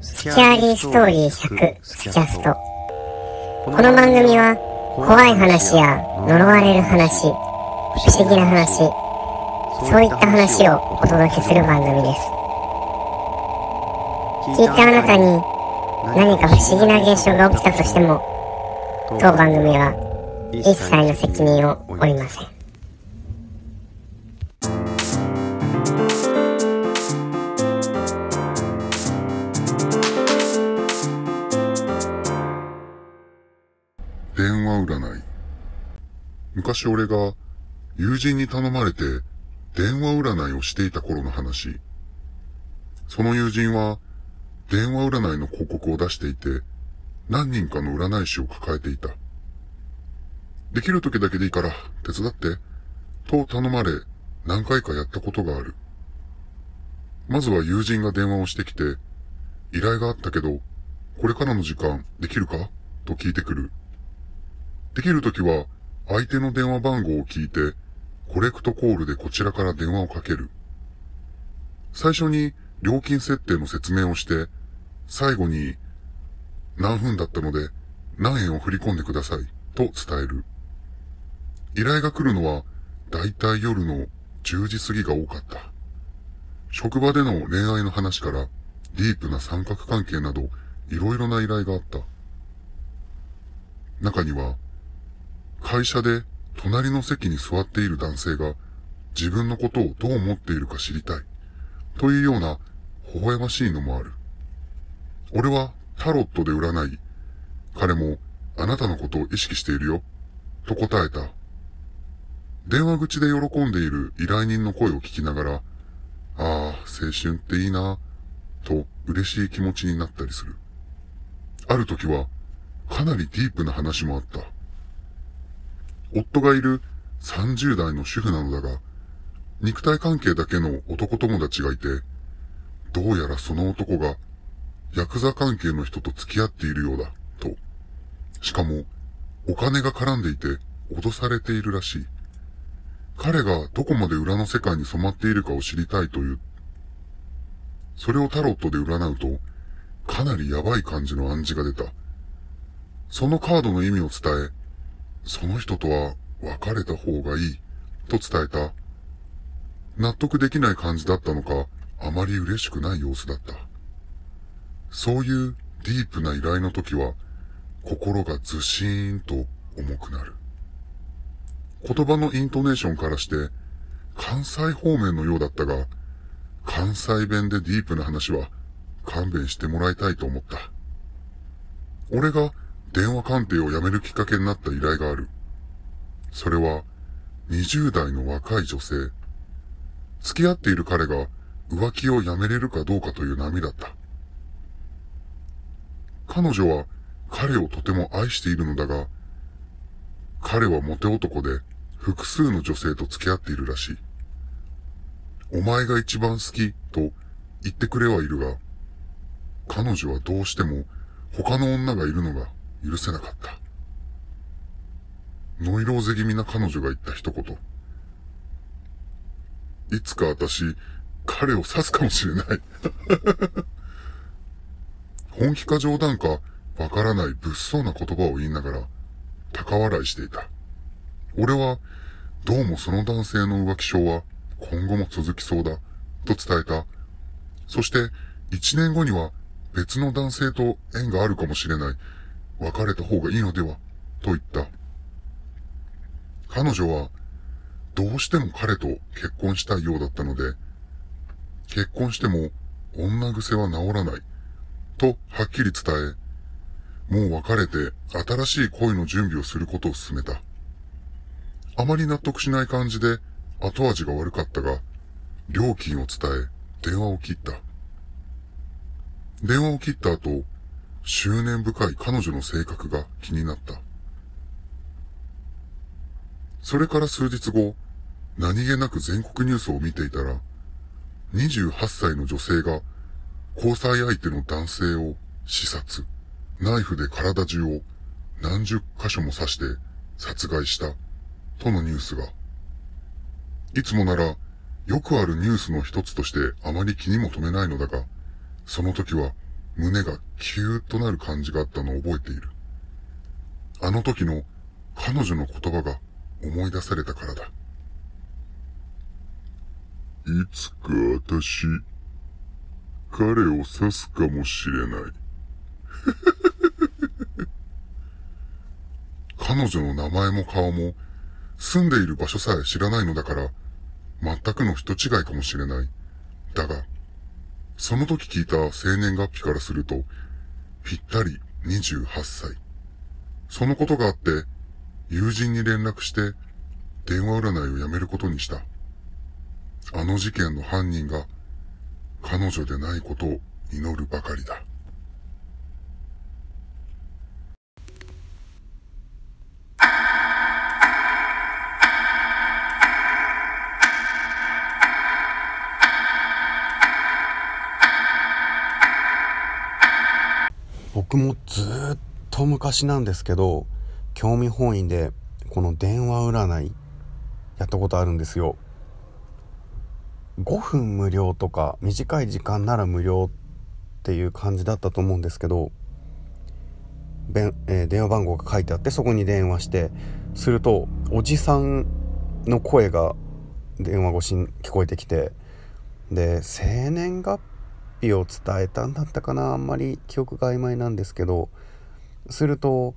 スキャーリーストーリー100スキャスト。この番組は怖い話や呪われる話、不思議な話、そういった話をお届けする番組です。聞いたあなたに何か不思議な現象が起きたとしても、当番組は一切の責任を負いません。 電話占い。昔俺が友人に頼まれて電話占いをしていた頃の話。その友人は電話占いの広告を出していて、何人かの占い師を抱えていた。できる時だけでいいから手伝って、と頼まれ何回かやったことがある。まずは友人が電話をしてきて、依頼があったけど、これからの時間できるかと聞いてくる。できるときは、相手の電話番号を聞いて、コレクトコールでこちらから電話をかける。最初に料金設定の説明をして、最後に、何分だったので、何円を振り込んでください、と伝える。依頼が来るのは、だいたい夜の10時過ぎが多かった。職場での恋愛の話から、ディープな三角関係など、いろいろな依頼があった。中には、会社で隣の席に座っている男性が自分のことをどう思っているか知りたいというような微笑ましいのもある。俺はタロットで占い、彼もあなたのことを意識しているよと答えた。電話口で喜んでいる依頼人の声を聞きながら、ああ、青春っていいなと嬉しい気持ちになったりする。ある時はかなりディープな話もあった。夫がいる30代の主婦なのだが、肉体関係だけの男友達がいて、どうやらその男がヤクザ関係の人と付き合っているようだ、と。しかも、お金が絡んでいて脅されているらしい。彼がどこまで裏の世界に染まっているかを知りたいという。それをタロットで占うと、かなりやばい感じの暗示が出た。そのカードの意味を伝え、その人とは別れた方がいいと伝えた。納得できない感じだったのか、あまり嬉しくない様子だった。そういうディープな依頼の時は、心がずしーんと重くなる。言葉のイントネーションからして、関西方面のようだったが、関西弁でディープな話は勘弁してもらいたいと思った。俺が電話鑑定をやめるきっかけになった依頼がある。それは20代の若い女性。付き合っている彼が浮気をやめれるかどうかという波だった。彼女は彼をとても愛しているのだが、彼はモテ男で複数の女性と付き合っているらしい。お前が一番好きと言ってくれはいるが、彼女はどうしても他の女がいるのが許せなかった。ノイローゼ気味な彼女が言った一言。いつか私、彼を刺すかもしれない。本気か冗談かわからない物騒な言葉を言いながら、高笑いしていた。俺は、どうもその男性の浮気性は今後も続きそうだ、と伝えた。そして、1年後には別の男性と縁があるかもしれない。別れた方がいいのでは、と言った。彼女は、どうしても彼と結婚したいようだったので、結婚しても女癖は治らない、とはっきり伝え、もう別れて新しい恋の準備をすることを勧めた。あまり納得しない感じで後味が悪かったが、料金を伝え電話を切った。電話を切った後、執念深い彼女の性格が気になった。それから数日後、何気なく全国ニュースを見ていたら、28歳の女性が交際相手の男性を刺殺、ナイフで体中を何十箇所も刺して殺害したとのニュースが。いつもならよくあるニュースの一つとしてあまり気にも留めないのだが、その時は胸がキューッとなる感じがあったのを覚えている。あの時の彼女の言葉が思い出されたからだ。いつか私、彼を刺すかもしれない。彼女の名前も顔も、住んでいる場所さえ知らないのだから、全くの人違いかもしれない。だが、その時聞いた生年月日からすると、ぴったり28歳。そのことがあって、友人に連絡して、電話占いをやめることにした。あの事件の犯人が、彼女でないことを祈るばかりだ。 僕もずっと昔なんですけど、興味本位でこの電話占いやったことあるんですよ。5分無料とか短い時間なら無料っていう感じだったと思うんですけど、電話番号が書いてあって、そこに電話してするとおじさんの声が電話越しに聞こえてきて、で生年月日を伝えたんだったかな、あんまり記憶が曖昧なんですけど、すると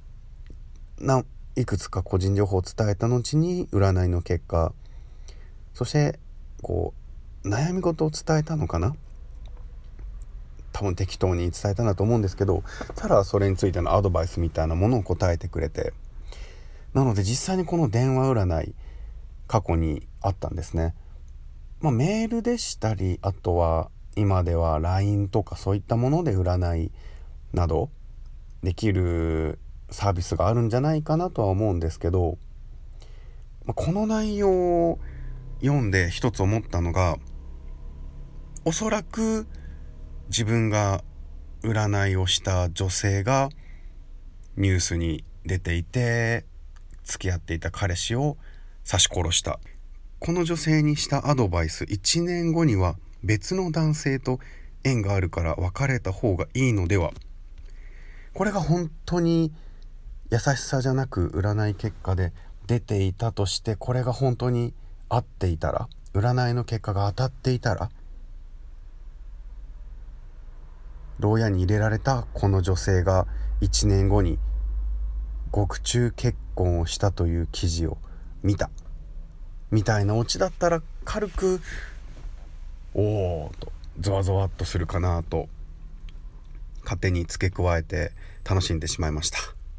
いくつか個人情報を伝えた後に占いの結果、そして悩み事を伝えたのかな、多分適当に伝えたんだと思うんですけど、ただそれについてのアドバイスみたいなものを答えてくれて、なので実際にこの電話占い過去にあったんですね。メールでしたり、あとは今では LINE とかそういったもので占いなどできるサービスがあるんじゃないかなとは思うんですけど、この内容を読んで一つ思ったのが、おそらく自分が占いをした女性がニュースに出ていて、付き合っていた彼氏を刺し殺した。この女性にしたアドバイス、1年後には別の男性と縁があるから別れた方がいいのでは。これが本当に優しさじゃなく占い結果で出ていたとして、これが本当に合っていたら、占いの結果が当たっていたら、牢屋に入れられたこの女性が1年後に獄中結婚をしたという記事を見たみたいなオチだったら、軽くおーとゾワゾワっとするかなと勝手に付け加えて楽しんでしまいました。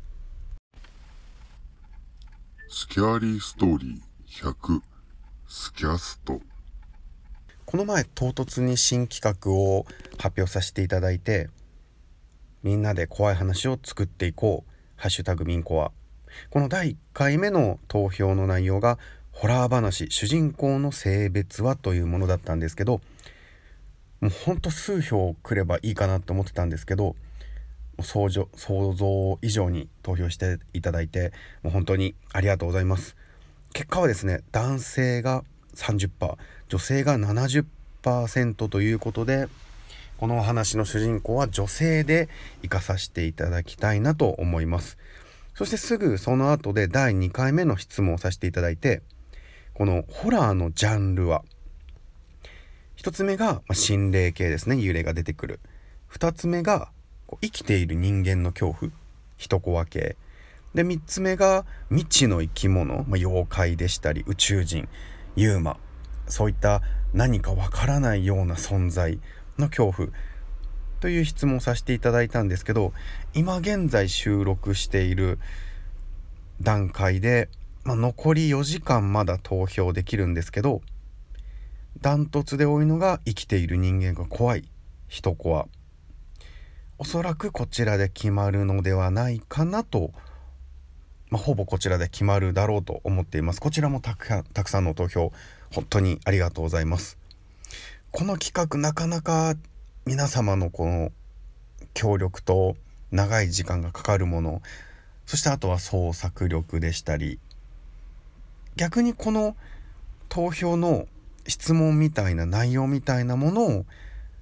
スキャーリーストーリー100スキャスト。 この前唐突に新企画を発表させていただいて、みんなで怖い話を作っていこうハッシュタグミンコア。この第1回目の投票の内容がホラー話、主人公の性別はというものだったんですけど、もうほんと数票くればいいかなと思ってたんですけど、想像以上に投票していただいて、もう本当にありがとうございます。結果はですね、男性が 30%、女性が 70% ということで、このお話の主人公は女性で生かさせていただきたいなと思います。そしてすぐその後で第2回目の質問をさせていただいて、このホラーのジャンルは、1つ目が心霊系ですね、幽霊が出てくる。2つ目が生きている人間の恐怖、一コア系で、3つ目が未知の生き物、妖怪でしたり宇宙人、ユーマ、そういった何かわからないような存在の恐怖という質問をさせていただいたんですけど、今現在収録している段階で、残り4時間まだ投票できるんですけど、ダントツで多いのが生きている人間が怖い一コア。おそらくこちらで決まるのではないかなと、ほぼこちらで決まるだろうと思っています。こちらもたくさんの投票本当にありがとうございます。この企画なかなか皆様のこの協力と長い時間がかかるもの、そしてあとは創作力でしたり、逆にこの投票の質問みたいな内容みたいなものを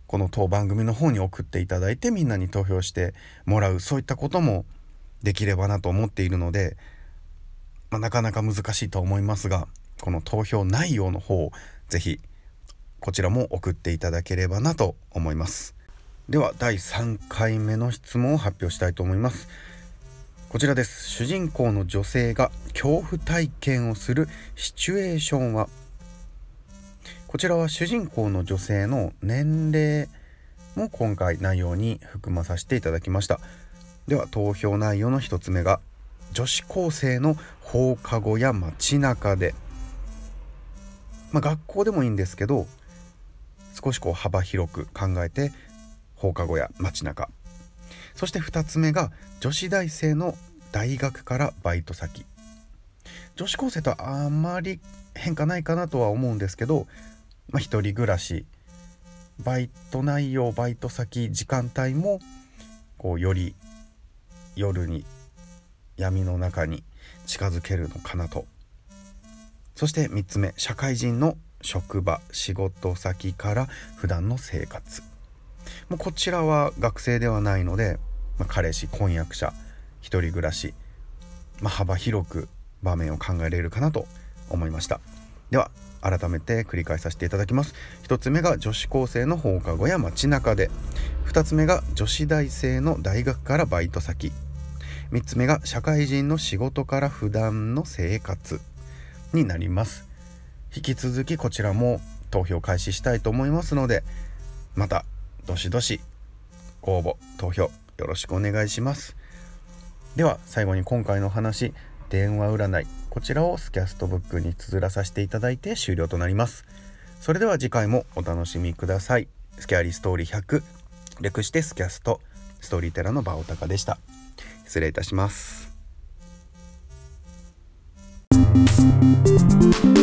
この当番組の方に送っていただいてみんなに投票してもらう、そういったこともできればなと思っているので、なかなか難しいと思いますが、この投票内容の方をぜひこちらも送っていただければなと思います。では第3回目の質問を発表したいと思います。こちらです。主人公の女性が恐怖体験をするシチュエーションは。こちらは主人公の女性の年齢も今回内容に含まさせていただきました。では投票内容の1つ目が、女子高生の放課後や街中で。学校でもいいんですけど、少し幅広く考えて放課後や街中。そして2つ目が、女子大生の大学からバイト先。女子高生とはあまり変化ないかなとは思うんですけど、一人暮らし、バイト内容、バイト先、時間帯もより夜に闇の中に近づけるのかなと。そして3つ目、社会人の職場、仕事先から普段の生活。もうこちらは学生ではないので、彼氏、婚約者、一人暮らし、幅広く場面を考えられるかなと思いました。では改めて繰り返させていただきます。1つ目が女子高生の放課後や街中で。2つ目が女子大生の大学からバイト先。3つ目が社会人の仕事から普段の生活になります。引き続きこちらも投票開始したいと思いますので、またどしどしご応募投票よろしくお願いします。では最後に今回の話、電話占い、こちらをスキャストブックに綴らさせていただいて終了となります。それでは次回もお楽しみください。スキャリーストーリー100、略してスキャスト、ストーリーテラーのバオタカでした。失礼いたします。